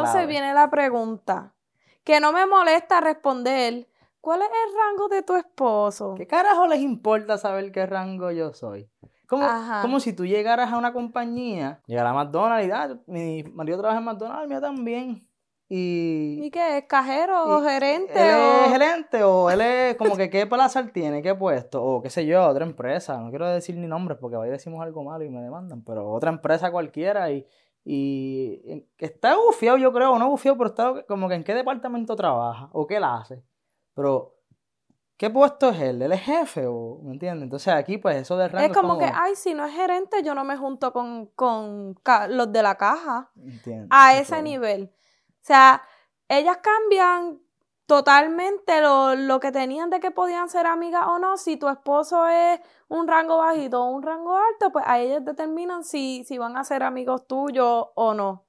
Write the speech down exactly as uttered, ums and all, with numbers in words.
entonces clave. viene la pregunta, que no me molesta responder, ¿cuál es el rango de tu esposo? ¿Qué carajo les importa saber qué rango yo soy? Como, Ajá. como si tú llegaras a una compañía, llegara a McDonald's y ah, mi marido trabaja en McDonald's, el mío también. Y, ¿Y qué es? ¿Cajero y o gerente? él o... es gerente o él es como que qué plaza él tiene, qué puesto, o qué sé yo, otra empresa. No quiero decir ni nombres porque ahí decimos algo malo y me demandan, pero otra empresa cualquiera y, y en- que está bufiado, yo creo, no bufiado, pero está como que en qué departamento trabaja o qué él hace. Pero, ¿qué puesto es él? ¿Él es jefe o me entiendes? Entonces aquí pues eso de rango Es es como que, como, ay, si no es gerente, yo no me junto con, con ca- los de la caja entiendo, a eso es ese todo. nivel. O sea, ellas cambian totalmente lo, lo que tenían de que podían ser amigas o no. Si tu esposo es un rango bajito o un rango alto, pues a ellas determinan si, si van a ser amigos tuyos o no.